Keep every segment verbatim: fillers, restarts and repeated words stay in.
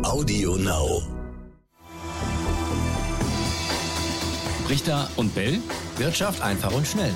Audio Now. Brichter und Bell. Wirtschaft einfach und schnell.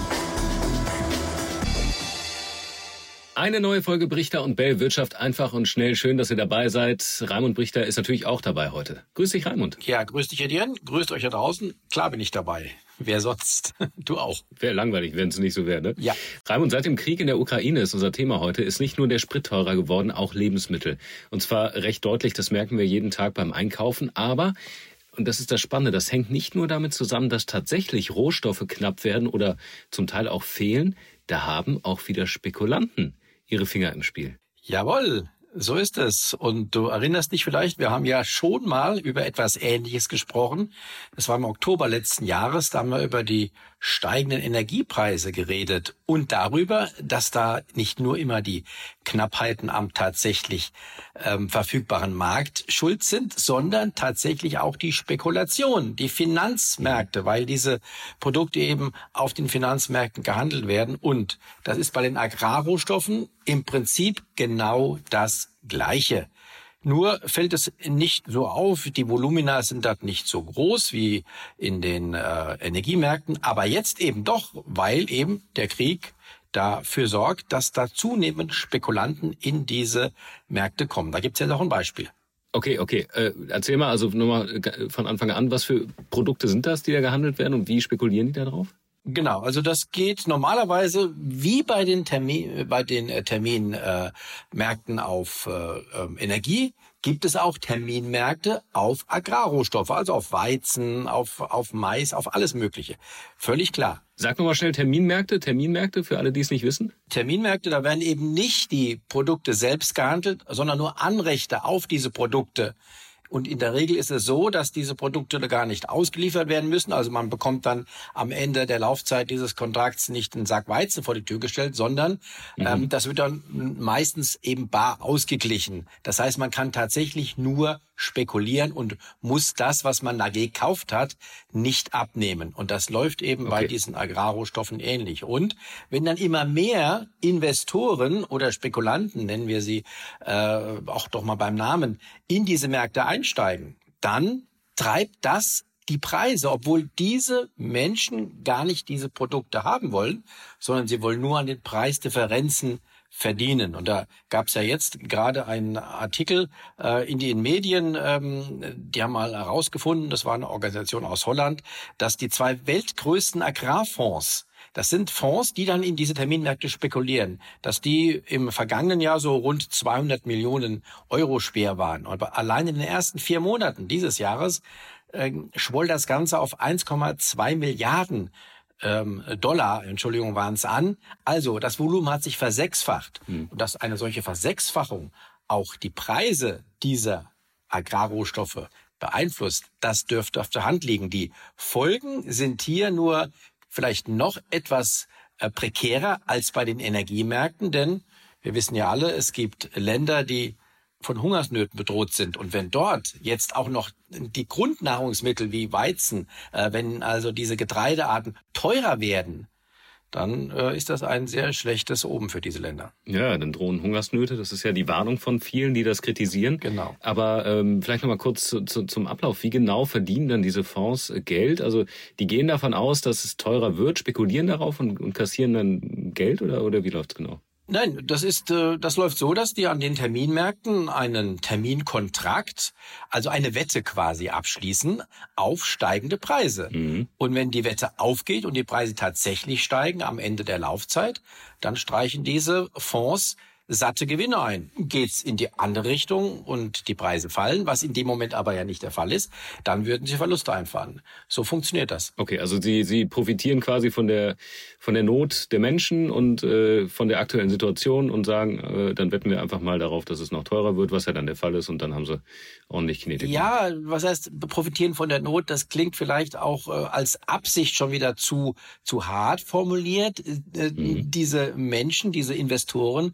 Eine neue Folge Brichter und Bell, Wirtschaft einfach und schnell. Schön, dass ihr dabei seid. Raimund Brichter ist natürlich auch dabei heute. Grüß dich, Raimund. Ja, grüß dich, Etienne. Grüßt euch da draußen. Klar bin ich dabei. Wer sonst? Du auch. Wäre langweilig, wenn es nicht so wäre, ne? Ja. Raimund, seit dem Krieg in der Ukraine ist unser Thema heute, ist nicht nur der Sprit teurer geworden, auch Lebensmittel. Und zwar recht deutlich, das merken wir jeden Tag beim Einkaufen. Aber, und das ist das Spannende, das hängt nicht nur damit zusammen, dass tatsächlich Rohstoffe knapp werden oder zum Teil auch fehlen. Da haben auch wieder Spekulanten ihre Finger im Spiel. Jawohl, so ist es. Und du erinnerst dich vielleicht, wir haben ja schon mal über etwas Ähnliches gesprochen. Das war im Oktober letzten Jahres, da haben wir über die steigenden Energiepreise geredet und darüber, dass da nicht nur immer die Knappheiten am tatsächlich ähm, verfügbaren Markt schuld sind, sondern tatsächlich auch die Spekulation, die Finanzmärkte, weil diese Produkte eben auf den Finanzmärkten gehandelt werden. Und das ist bei den Agrarrohstoffen im Prinzip genau das Gleiche. Nur fällt es nicht so auf, die Volumina sind dort nicht so groß wie in den äh, Energiemärkten, aber jetzt eben doch, weil eben der Krieg dafür sorgt, dass da zunehmend Spekulanten in diese Märkte kommen. Da gibt's ja noch ein Beispiel. Okay, okay. Äh, erzähl mal also nochmal von Anfang an, was für Produkte sind das, die da gehandelt werden und wie spekulieren die da drauf? Genau, also das geht normalerweise wie bei den Termin, bei den äh, Terminmärkten äh, auf äh, Energie, gibt es auch Terminmärkte auf Agrarrohstoffe, also auf Weizen, auf auf Mais, auf alles Mögliche. Völlig klar. Sag nochmal schnell Terminmärkte, Terminmärkte für alle, die es nicht wissen. Terminmärkte, da werden eben nicht die Produkte selbst gehandelt, sondern nur Anrechte auf diese Produkte. Und in der Regel ist es so, dass diese Produkte gar nicht ausgeliefert werden müssen. Also man bekommt dann am Ende der Laufzeit dieses Kontrakts nicht einen Sack Weizen vor die Tür gestellt, sondern mhm. ähm, das wird dann meistens eben bar ausgeglichen. Das heißt, man kann tatsächlich nur spekulieren und muss das, was man da gekauft hat, nicht abnehmen. Und das läuft eben okay. bei diesen Agrarrohstoffen ähnlich. Und wenn dann immer mehr Investoren oder Spekulanten, nennen wir sie äh, auch doch mal beim Namen, in diese Märkte einsteigen, dann treibt das die Preise, obwohl diese Menschen gar nicht diese Produkte haben wollen, sondern sie wollen nur an den Preisdifferenzen verdienen. Und da gab es ja jetzt gerade einen Artikel äh, in den Medien, ähm, die haben mal herausgefunden, das war eine Organisation aus Holland, dass die zwei weltgrößten Agrarfonds, das sind Fonds, die dann in diese Terminmärkte spekulieren, dass die im vergangenen Jahr so rund zweihundert Millionen Euro schwer waren. Aber allein in den ersten vier Monaten dieses Jahres äh, schwoll das Ganze auf eins Komma zwei Milliarden Ähm, Dollar, Entschuldigung, waren es an. Also das Volumen hat sich versechsfacht. Hm. Und dass eine solche Versechsfachung auch die Preise dieser Agrarrohstoffe beeinflusst, das dürfte auf der Hand liegen. Die Folgen sind hier nur vielleicht noch etwas äh, prekärer als bei den Energiemärkten, denn wir wissen ja alle, es gibt Länder, die von Hungersnöten bedroht sind. Und wenn dort jetzt auch noch die Grundnahrungsmittel wie Weizen, äh, wenn also diese Getreidearten teurer werden, dann äh, ist das ein sehr schlechtes Omen für diese Länder. Ja, dann drohen Hungersnöte. Das ist ja die Warnung von vielen, die das kritisieren. Genau. Aber ähm, vielleicht noch mal kurz zu, zu, zum Ablauf. Wie genau verdienen dann diese Fonds äh, Geld? Also die gehen davon aus, dass es teurer wird, spekulieren darauf und, und kassieren dann Geld oder, oder wie läuft's genau? Nein, das ist, das läuft so, dass die an den Terminmärkten einen Terminkontrakt, also eine Wette quasi abschließen auf steigende Preise. Mhm. Und wenn die Wette aufgeht und die Preise tatsächlich steigen am Ende der Laufzeit, dann streichen diese Fonds satte Gewinne ein. Geht's in die andere Richtung und die Preise fallen, was in dem Moment aber ja nicht der Fall ist, dann würden sie Verluste einfahren. So funktioniert das. Okay, also sie sie profitieren quasi von der von der Not der Menschen und äh, von der aktuellen Situation und sagen, äh, dann wetten wir einfach mal darauf, dass es noch teurer wird, was ja dann der Fall ist, und dann haben sie ordentlich Knete gemacht. Ja, was heißt profitieren von der Not? Das klingt vielleicht auch äh, als Absicht schon wieder zu zu hart formuliert. Äh, mhm. Diese Menschen, diese Investoren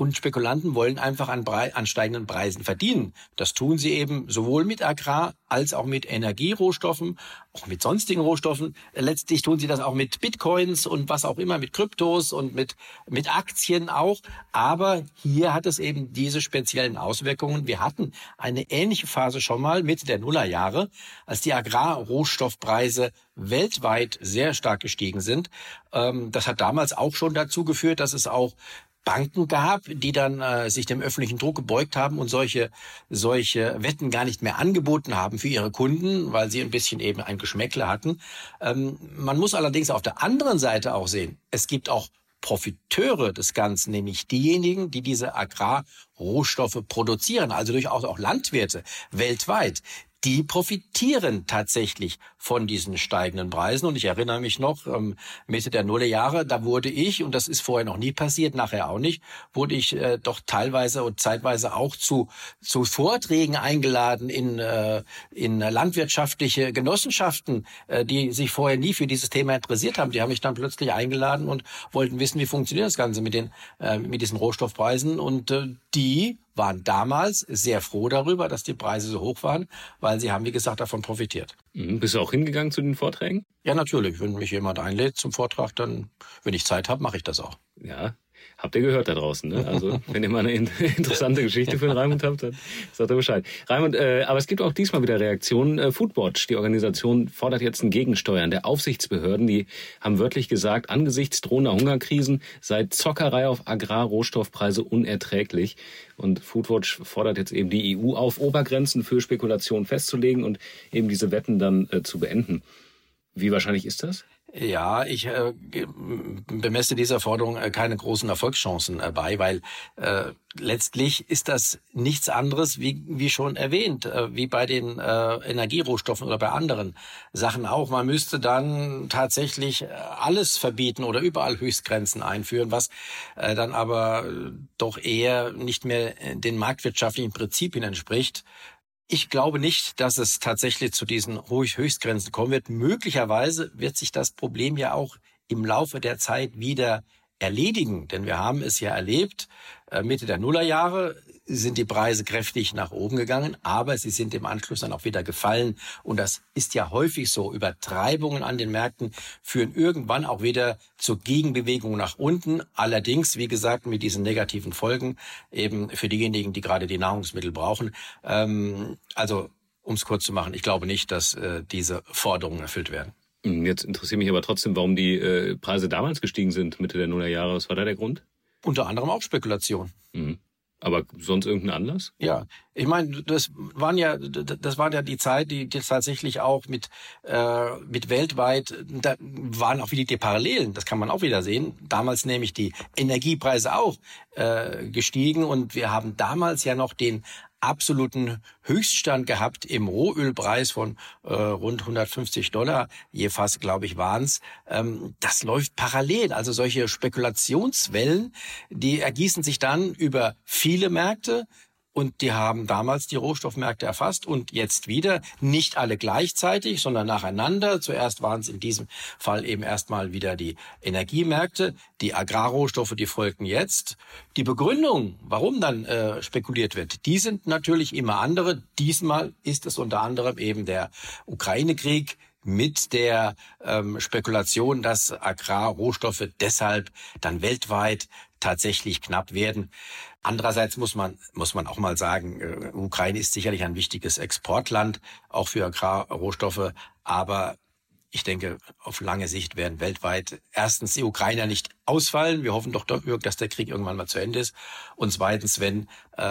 Und Spekulanten wollen einfach an, Brei- an steigenden Preisen verdienen. Das tun sie eben sowohl mit Agrar- als auch mit Energierohstoffen, auch mit sonstigen Rohstoffen. Letztlich tun sie das auch mit Bitcoins und was auch immer, mit Kryptos und mit, mit Aktien auch. Aber hier hat es eben diese speziellen Auswirkungen. Wir hatten eine ähnliche Phase schon mal Mitte der Nullerjahre, als die Agrarrohstoffpreise weltweit sehr stark gestiegen sind. Das hat damals auch schon dazu geführt, dass es auch Banken gab, die dann äh, sich dem öffentlichen Druck gebeugt haben und solche solche Wetten gar nicht mehr angeboten haben für ihre Kunden, weil sie ein bisschen eben ein Geschmäckle hatten. Ähm, man muss allerdings auf der anderen Seite auch sehen, es gibt auch Profiteure des Ganzen, nämlich diejenigen, die diese Agrarrohstoffe produzieren, also durchaus auch Landwirte weltweit. Die profitieren tatsächlich von diesen steigenden Preisen. Und ich erinnere mich noch, ähm, Mitte der Nullerjahre, da wurde ich, und das ist vorher noch nie passiert, nachher auch nicht, wurde ich äh, doch teilweise und zeitweise auch zu zu Vorträgen eingeladen in äh, in landwirtschaftliche Genossenschaften, äh, die sich vorher nie für dieses Thema interessiert haben. Die haben mich dann plötzlich eingeladen und wollten wissen, wie funktioniert das Ganze mit den äh, mit diesen Rohstoffpreisen. Und äh, die waren damals sehr froh darüber, dass die Preise so hoch waren, weil sie haben, wie gesagt, davon profitiert. Mhm. Bist du auch hingegangen zu den Vorträgen? Ja, natürlich. Wenn mich jemand einlädt zum Vortrag, dann, wenn ich Zeit habe, mache ich das auch. Ja, habt ihr gehört da draußen, ne? Also, wenn ihr mal eine interessante Geschichte für den Raimund habt, dann sagt er Bescheid. Raimund, äh, aber es gibt auch diesmal wieder Reaktionen. Äh, Foodwatch, die Organisation, fordert jetzt ein Gegensteuern der Aufsichtsbehörden. Die haben wörtlich gesagt, angesichts drohender Hungerkrisen sei Zockerei auf Agrarrohstoffpreise unerträglich. Und Foodwatch fordert jetzt eben die E U auf, Obergrenzen für Spekulation festzulegen und eben diese Wetten dann äh, zu beenden. Wie wahrscheinlich ist das? Ja, ich äh, bemesse dieser Forderung äh, keine großen Erfolgschancen äh, bei, weil äh, letztlich ist das nichts anderes, wie wie schon erwähnt, äh, wie bei den äh, Energierohstoffen oder bei anderen Sachen auch. Man müsste dann tatsächlich alles verbieten oder überall Höchstgrenzen einführen, was äh, dann aber doch eher nicht mehr den marktwirtschaftlichen Prinzipien entspricht. Ich glaube nicht, dass es tatsächlich zu diesen Höchstgrenzen kommen wird. Möglicherweise wird sich das Problem ja auch im Laufe der Zeit wieder erledigen, denn wir haben es ja erlebt, Mitte der Nullerjahre sind die Preise kräftig nach oben gegangen, aber sie sind im Anschluss dann auch wieder gefallen. Und das ist ja häufig so. Übertreibungen an den Märkten führen irgendwann auch wieder zur Gegenbewegung nach unten. Allerdings, wie gesagt, mit diesen negativen Folgen eben für diejenigen, die gerade die Nahrungsmittel brauchen. Ähm, also, um es kurz zu machen, ich glaube nicht, dass äh, diese Forderungen erfüllt werden. Jetzt interessiert mich aber trotzdem, warum die äh, Preise damals gestiegen sind, Mitte der Nullerjahre. Was war da der Grund? Unter anderem auch Spekulation. Mhm. Aber sonst irgendein Anlass? Ja, ich meine, das waren ja, das war ja die Zeit, die, die tatsächlich auch mit äh, mit weltweit, da waren auch wieder die Parallelen. Das kann man auch wieder sehen. Damals nämlich die Energiepreise auch äh, gestiegen und wir haben damals ja noch den absoluten Höchststand gehabt im Rohölpreis von äh, rund hundertfünfzig Dollar, je Fass, glaube ich, waren's. Ähm, das läuft parallel. Also solche Spekulationswellen, die ergießen sich dann über viele Märkte. Und die haben damals die Rohstoffmärkte erfasst und jetzt wieder nicht alle gleichzeitig, sondern nacheinander. Zuerst waren es in diesem Fall eben erstmal wieder die Energiemärkte, die Agrarrohstoffe, die folgten jetzt. Die Begründung, warum dann äh, spekuliert wird, die sind natürlich immer andere. Diesmal ist es unter anderem eben der Ukraine-Krieg mit der ähm, Spekulation, dass Agrarrohstoffe deshalb dann weltweit tatsächlich knapp werden. Andererseits muss man muss man auch mal sagen, äh, Ukraine ist sicherlich ein wichtiges Exportland, auch für Agrarrohstoffe. Aber ich denke, auf lange Sicht werden weltweit erstens die Ukrainer nicht ausfallen. Wir hoffen doch, dass der Krieg irgendwann mal zu Ende ist. Und zweitens, wenn,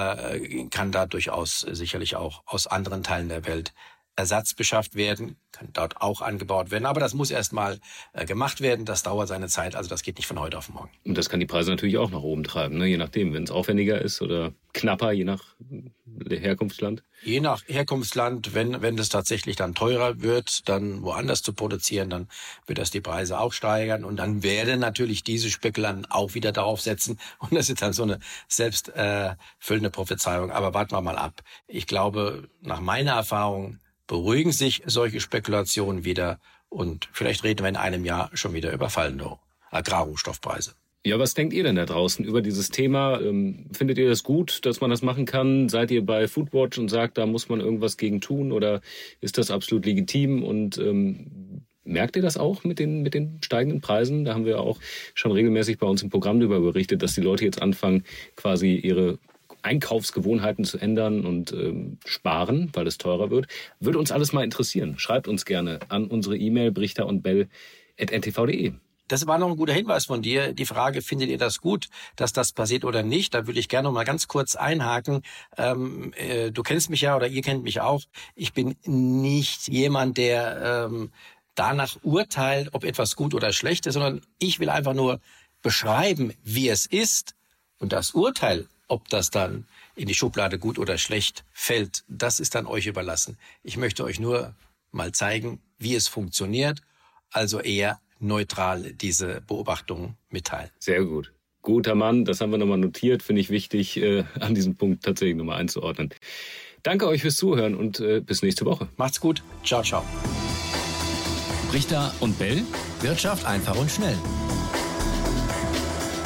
äh, kann da durchaus sicherlich auch aus anderen Teilen der Welt Ersatz beschafft werden, kann dort auch angebaut werden. Aber das muss erst mal äh, gemacht werden. Das dauert seine Zeit. Also das geht nicht von heute auf morgen. Und das kann die Preise natürlich auch nach oben treiben, ne? Je nachdem, wenn es aufwendiger ist oder knapper, je nach Herkunftsland. Je nach Herkunftsland, wenn wenn das tatsächlich dann teurer wird, dann woanders zu produzieren, dann wird das die Preise auch steigern. Und dann werden natürlich diese Spekulanten auch wieder darauf setzen. Und das ist dann so eine selbstfüllende äh, Prophezeiung. Aber warten wir mal ab. Ich glaube, nach meiner Erfahrung beruhigen sich solche Spekulationen wieder und vielleicht reden wir in einem Jahr schon wieder über fallende Agrarrohstoffpreise. Ja, was denkt ihr denn da draußen über dieses Thema? Ähm, findet ihr das gut, dass man das machen kann? Seid ihr bei Foodwatch und sagt, da muss man irgendwas gegen tun? Oder ist das absolut legitim? Und ähm, merkt ihr das auch mit den, mit den steigenden Preisen? Da haben wir auch schon regelmäßig bei uns im Programm darüber berichtet, dass die Leute jetzt anfangen, quasi ihre Einkaufsgewohnheiten zu ändern und ähm, sparen, weil es teurer wird. Würde uns alles mal interessieren. Schreibt uns gerne an unsere E-Mail brichter und bell at n t v punkt d e. Das war noch ein guter Hinweis von dir. Die Frage, findet ihr das gut, dass das passiert oder nicht? Da würde ich gerne noch mal ganz kurz einhaken. Ähm, äh, du kennst mich ja oder ihr kennt mich auch. Ich bin nicht jemand, der ähm, danach urteilt, ob etwas gut oder schlecht ist, sondern ich will einfach nur beschreiben, wie es ist. Und das Urteil, ob das dann in die Schublade gut oder schlecht fällt, das ist dann euch überlassen. Ich möchte euch nur mal zeigen, wie es funktioniert. Also eher neutral diese Beobachtungen mitteilen. Sehr gut. Guter Mann, das haben wir nochmal notiert, finde ich wichtig, äh, an diesem Punkt tatsächlich nochmal einzuordnen. Danke euch fürs Zuhören und äh, bis nächste Woche. Macht's gut. Ciao, ciao. Brichter und Bell. Wirtschaft einfach und schnell.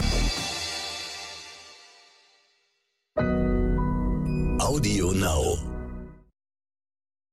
Audio Now.